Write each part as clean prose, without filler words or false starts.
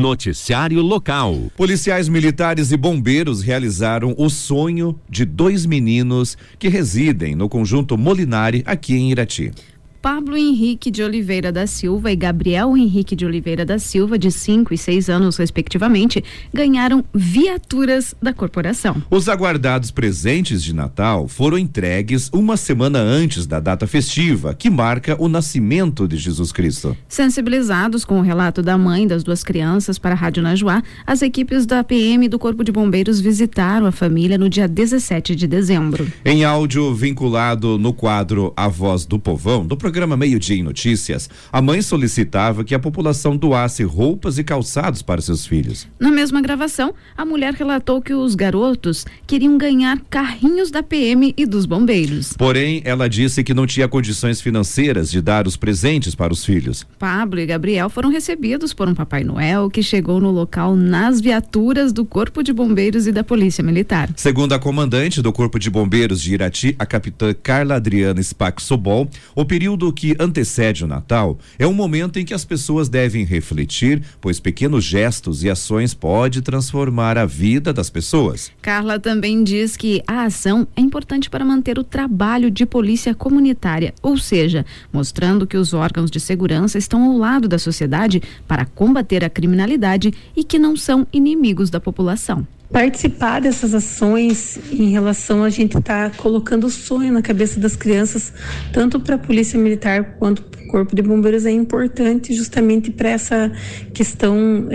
Noticiário local. Policiais militares e bombeiros realizaram o sonho de 2 meninos que residem no conjunto Molinari, aqui em Irati. Pablo Henrique de Oliveira da Silva e Gabriel Henrique de Oliveira da Silva, de 5 e 6 anos, respectivamente, ganharam viaturas da corporação. Os aguardados presentes de Natal foram entregues uma semana antes da data festiva, que marca o nascimento de Jesus Cristo. Sensibilizados com o relato da mãe das 2 crianças para a Rádio Najuá, as equipes da PM e do Corpo de Bombeiros visitaram a família no dia 17 de dezembro. Em áudio vinculado no quadro A Voz do Povão, do programa Meio-Dia em Notícias, a mãe solicitava que a população doasse roupas e calçados para seus filhos. Na mesma gravação, a mulher relatou que os garotos queriam ganhar carrinhos da PM e dos bombeiros. Porém, ela disse que não tinha condições financeiras de dar os presentes para os filhos. Pablo e Gabriel foram recebidos por um Papai Noel que chegou no local nas viaturas do Corpo de Bombeiros e da Polícia Militar. Segundo a comandante do Corpo de Bombeiros de Irati, a capitã Carla Adriana Spac Sobol, o período que antecede o Natal é um momento em que as pessoas devem refletir, pois pequenos gestos e ações podem transformar a vida das pessoas. Carla também diz que a ação é importante para manter o trabalho de polícia comunitária, ou seja, mostrando que os órgãos de segurança estão ao lado da sociedade para combater a criminalidade e que não são inimigos da população. Participar dessas ações em relação a gente estar colocando o sonho na cabeça das crianças, tanto para a Polícia Militar quanto para o Corpo de Bombeiros, é importante justamente para essa questão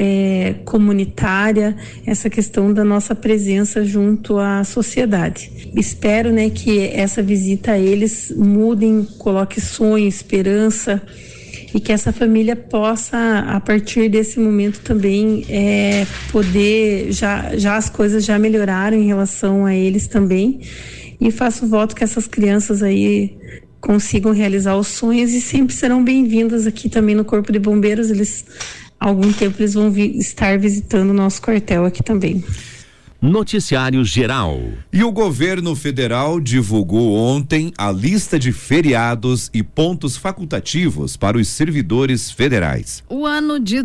comunitária, essa questão da nossa presença junto à sociedade. Espero, que essa visita a eles mudem, coloque sonho, esperança, e que essa família possa, a partir desse momento também, poder, já as coisas já melhoraram em relação a eles também, e faço voto que essas crianças aí consigam realizar os sonhos e sempre serão bem-vindas aqui também no Corpo de Bombeiros. Algum tempo eles vão estar visitando o nosso quartel aqui também. Noticiário geral. E o governo federal divulgou ontem a lista de feriados e pontos facultativos para os servidores federais. O ano de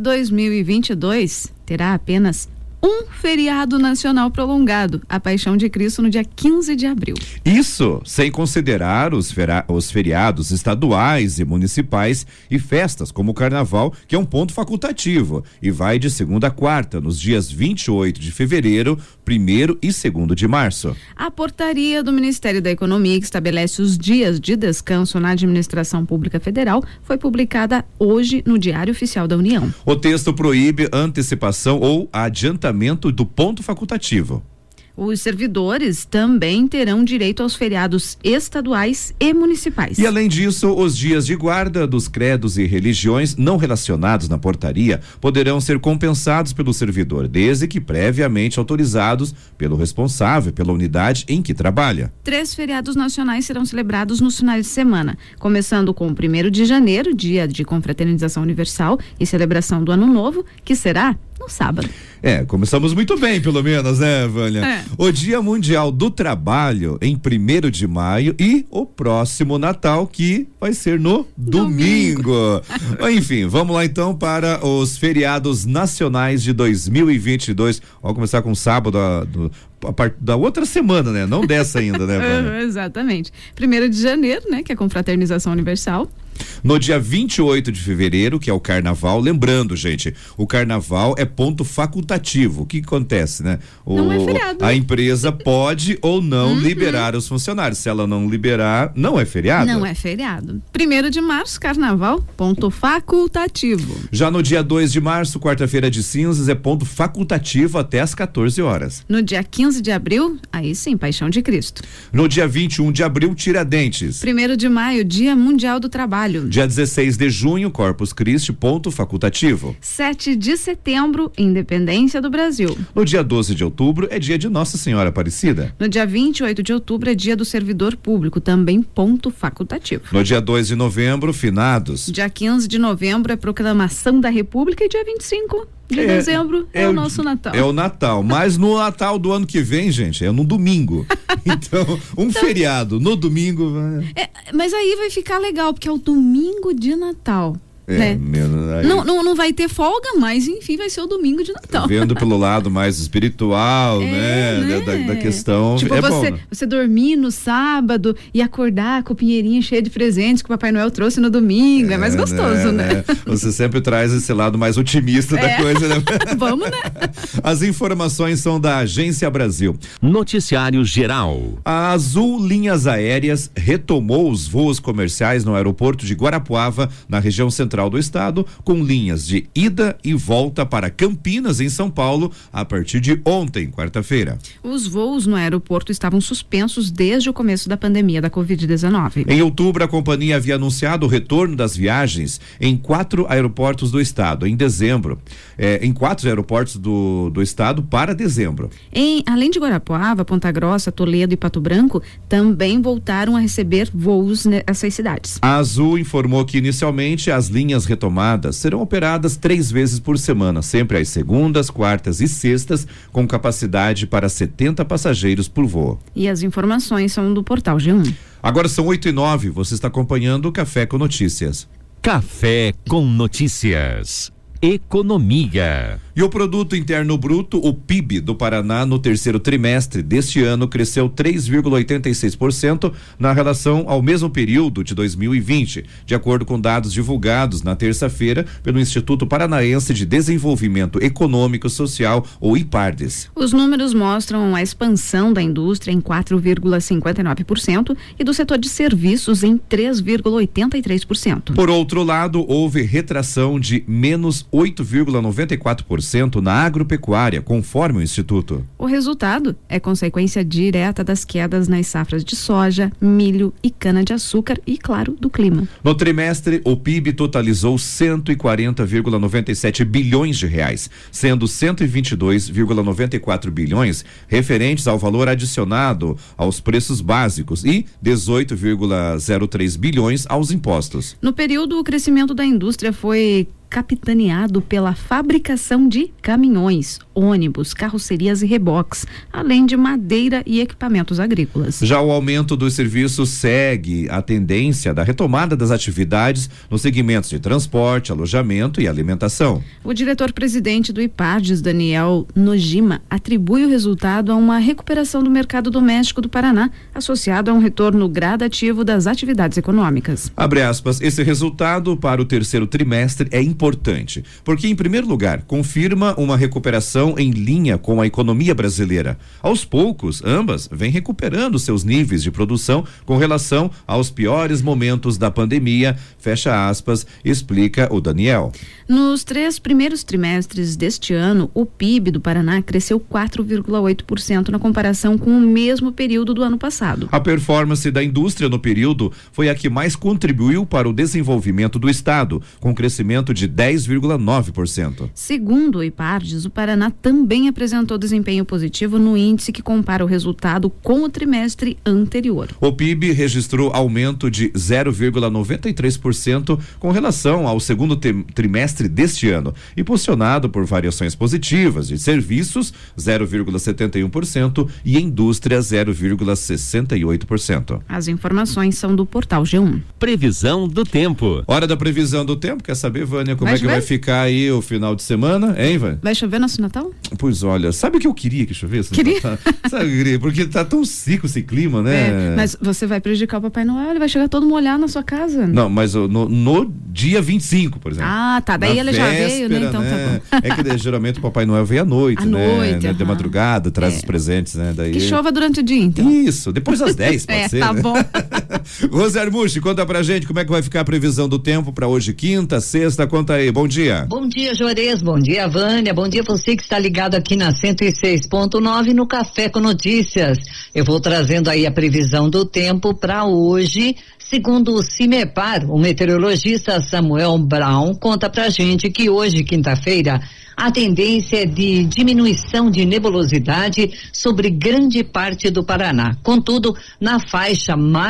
2022 terá apenas um feriado nacional prolongado, a Paixão de Cristo, no dia 15 de abril. Isso sem considerar os feriados estaduais e municipais e festas como o Carnaval, que é um ponto facultativo e vai de segunda a quarta, nos dias 28 de fevereiro, 1º e 2º de março. A portaria do Ministério da Economia, que estabelece os dias de descanso na administração pública federal, foi publicada hoje no Diário Oficial da União. O texto proíbe antecipação ou adiantamento do ponto facultativo. Os servidores também terão direito aos feriados estaduais e municipais. E além disso, os dias de guarda dos credos e religiões não relacionados na portaria poderão ser compensados pelo servidor, desde que previamente autorizados pelo responsável pela unidade em que trabalha. 3 feriados nacionais serão celebrados nos finais de semana, começando com o 1º de janeiro, dia de confraternização universal e celebração do Ano Novo, que será no sábado. Começamos muito bem, pelo menos, né, Vânia? O Dia Mundial do Trabalho em 1º de maio e o próximo Natal, que vai ser no domingo. Enfim, vamos lá então para os feriados nacionais de 2022. Vamos começar com sábado da outra semana, né? Não dessa ainda, né, Vânia? Exatamente. 1º de janeiro, né? Que é a confraternização universal. No dia 28 de fevereiro, que é o Carnaval, lembrando, gente, o Carnaval é ponto facultativo. O que acontece, né? Não é feriado. A empresa pode ou não liberar os funcionários. Se ela não liberar, não é feriado? Não é feriado. 1º de março, Carnaval, ponto facultativo. Já no dia 2 de março, quarta-feira de cinzas, é ponto facultativo até às 14 horas. No dia 15 de abril, aí sim, Paixão de Cristo. No dia 21 de abril, Tiradentes. 1º de maio, Dia Mundial do Trabalho. Dia 16 de junho, Corpus Christi, ponto facultativo. 7 de setembro, Independência do Brasil. No dia 12 de outubro, é dia de Nossa Senhora Aparecida. No dia 28 de outubro, é dia do servidor público, também ponto facultativo. No dia 2 de novembro, Finados. Dia 15 de novembro, é Proclamação da República e dia 25 de dezembro é o nosso Natal. É o Natal, mas no Natal do ano que vem, gente, é no domingo. Então, feriado no domingo. Mas aí vai ficar legal, porque é o domingo de Natal. né? Aí... Não vai ter folga, mas enfim, vai ser o domingo de Natal. Vendo pelo lado mais espiritual, né? Da questão. Tipo, bom, né? Você dormir no sábado e acordar com o pinheirinho cheio de presentes que o Papai Noel trouxe no domingo, é mais gostoso, né? Você sempre traz esse lado mais otimista da coisa, né? Vamos, né? As informações são da Agência Brasil. Noticiário Geral. A Azul Linhas Aéreas retomou os voos comerciais no aeroporto de Guarapuava, na região central do estado, com linhas de ida e volta para Campinas, em São Paulo, a partir de ontem, quarta-feira. Os voos no aeroporto estavam suspensos desde o começo da pandemia da Covid-19. Em outubro, a companhia havia anunciado o retorno das viagens em 4 aeroportos do estado, em dezembro. Em 4 aeroportos do estado para dezembro. Além de Guarapuava, Ponta Grossa, Toledo e Pato Branco, também voltaram a receber voos nessas cidades. A Azul informou que inicialmente as linhas retomadas serão operadas 3 vezes por semana, sempre às segundas, quartas e sextas, com capacidade para 70 passageiros por voo. E as informações são do portal G1. Agora são 8:09, você está acompanhando o Café com Notícias. Café com Notícias. Economia. E o Produto Interno Bruto, o PIB do Paraná, no terceiro trimestre deste ano cresceu 3,86% na relação ao mesmo período de 2020, de acordo com dados divulgados na terça-feira pelo Instituto Paranaense de Desenvolvimento Econômico e Social, ou IPARDES. Os números mostram a expansão da indústria em 4,59% e do setor de serviços em 3,83%. Por outro lado, houve retração de menos 8,94% na agropecuária, conforme o Instituto. O resultado é consequência direta das quedas nas safras de soja, milho e cana-de-açúcar e, claro, do clima. No trimestre, o PIB totalizou 140,97 bilhões de reais, sendo 122,94 bilhões referentes ao valor adicionado aos preços básicos e 18,03 bilhões aos impostos. No período, o crescimento da indústria foi capitaneado pela fabricação de caminhões, ônibus, carrocerias e reboques, além de madeira e equipamentos agrícolas. Já o aumento dos serviços segue a tendência da retomada das atividades nos segmentos de transporte, alojamento e alimentação. O diretor-presidente do IPARDES, Daniel Nojima, atribui o resultado a uma recuperação do mercado doméstico do Paraná, associado a um retorno gradativo das atividades econômicas. Abre aspas, esse resultado para o terceiro trimestre é importante, porque, em primeiro lugar, confirma uma recuperação em linha com a economia brasileira. Aos poucos, ambas vêm recuperando seus níveis de produção com relação aos piores momentos da pandemia, fecha aspas, explica o Daniel. Nos 3 primeiros trimestres deste ano, o PIB do Paraná cresceu 4,8% na comparação com o mesmo período do ano passado. A performance da indústria no período foi a que mais contribuiu para o desenvolvimento do estado, com crescimento de 10,9%. Segundo o IPARDES, o Paraná também apresentou desempenho positivo no índice que compara o resultado com o trimestre anterior. O PIB registrou aumento de 0,93% com relação ao segundo trimestre deste ano, impulsionado por variações positivas de serviços 0,71% e indústria 0,68%. As informações são do portal G1. Previsão do tempo. Hora da previsão do tempo, quer saber, Vânia, como é que vai ficar aí o final de semana, hein, Vânia? Vai chover nosso Natal? Pois olha, sabe o que eu queria que chovesse? Queria? Sabe, porque tá tão seco esse clima, né? Mas você vai prejudicar o Papai Noel, ele vai chegar todo molhado na sua casa. Não, mas no dia 25, por exemplo. Ah, tá, daí ele já veio, né? Então né? tá bom. É que geralmente o Papai Noel vem à noite, né? De madrugada, traz os presentes, né? Daí... Que chova durante o dia, então. Isso, depois das 10, pode ser. Tá né? bom. Rose Armucci, conta pra gente como é que vai ficar a previsão do tempo pra hoje, quinta, sexta, conta aí, bom dia. Bom dia, Juarez, bom dia, Vânia, bom dia você que está ligado aqui na 106.9 no Café com Notícias. Eu vou trazendo aí a previsão do tempo para hoje. Segundo o CIMEPAR, o meteorologista Samuel Brown conta pra gente que hoje, quinta-feira, a tendência é de diminuição de nebulosidade sobre grande parte do Paraná. Contudo, na faixa mais ao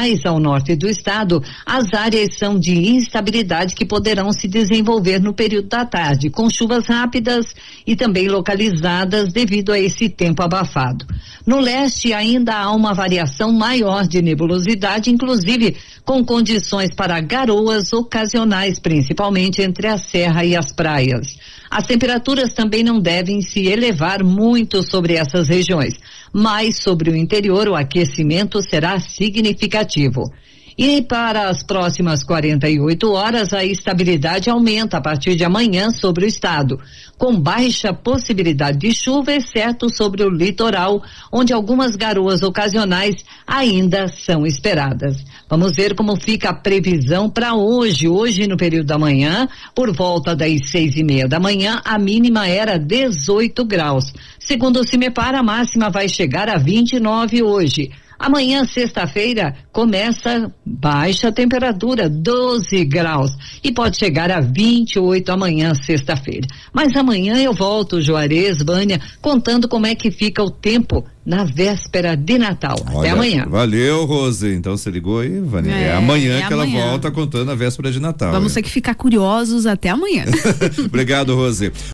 norte do estado, as áreas são de instabilidade que poderão se desenvolver no período da tarde, com chuvas rápidas e também localizadas devido a esse tempo abafado. No leste ainda há uma variação maior de nebulosidade, inclusive com condições para garoas ocasionais, principalmente entre a serra e as praias. As temperaturas também não devem se elevar muito sobre essas regiões, mas sobre o interior o aquecimento será significativo. E para as próximas 48 horas, a estabilidade aumenta a partir de amanhã sobre o estado, com baixa possibilidade de chuva, exceto sobre o litoral, onde algumas garoas ocasionais ainda são esperadas. Vamos ver como fica a previsão para hoje. Hoje, no período da manhã, por volta das 6:30 da manhã, a mínima era 18 graus. Segundo o CIMEPAR, a máxima vai chegar a 29 hoje. Amanhã, sexta-feira, começa baixa temperatura, 12 graus, e pode chegar a 28 amanhã, sexta-feira. Mas amanhã eu volto, Juarez, Vânia, contando como é que fica o tempo na véspera de Natal. Olha, até amanhã. Valeu, Rose. Então você ligou aí, Vânia? É amanhã que ela volta contando a véspera de Natal. Vamos ter que ficar curiosos até amanhã. Obrigado, Rose.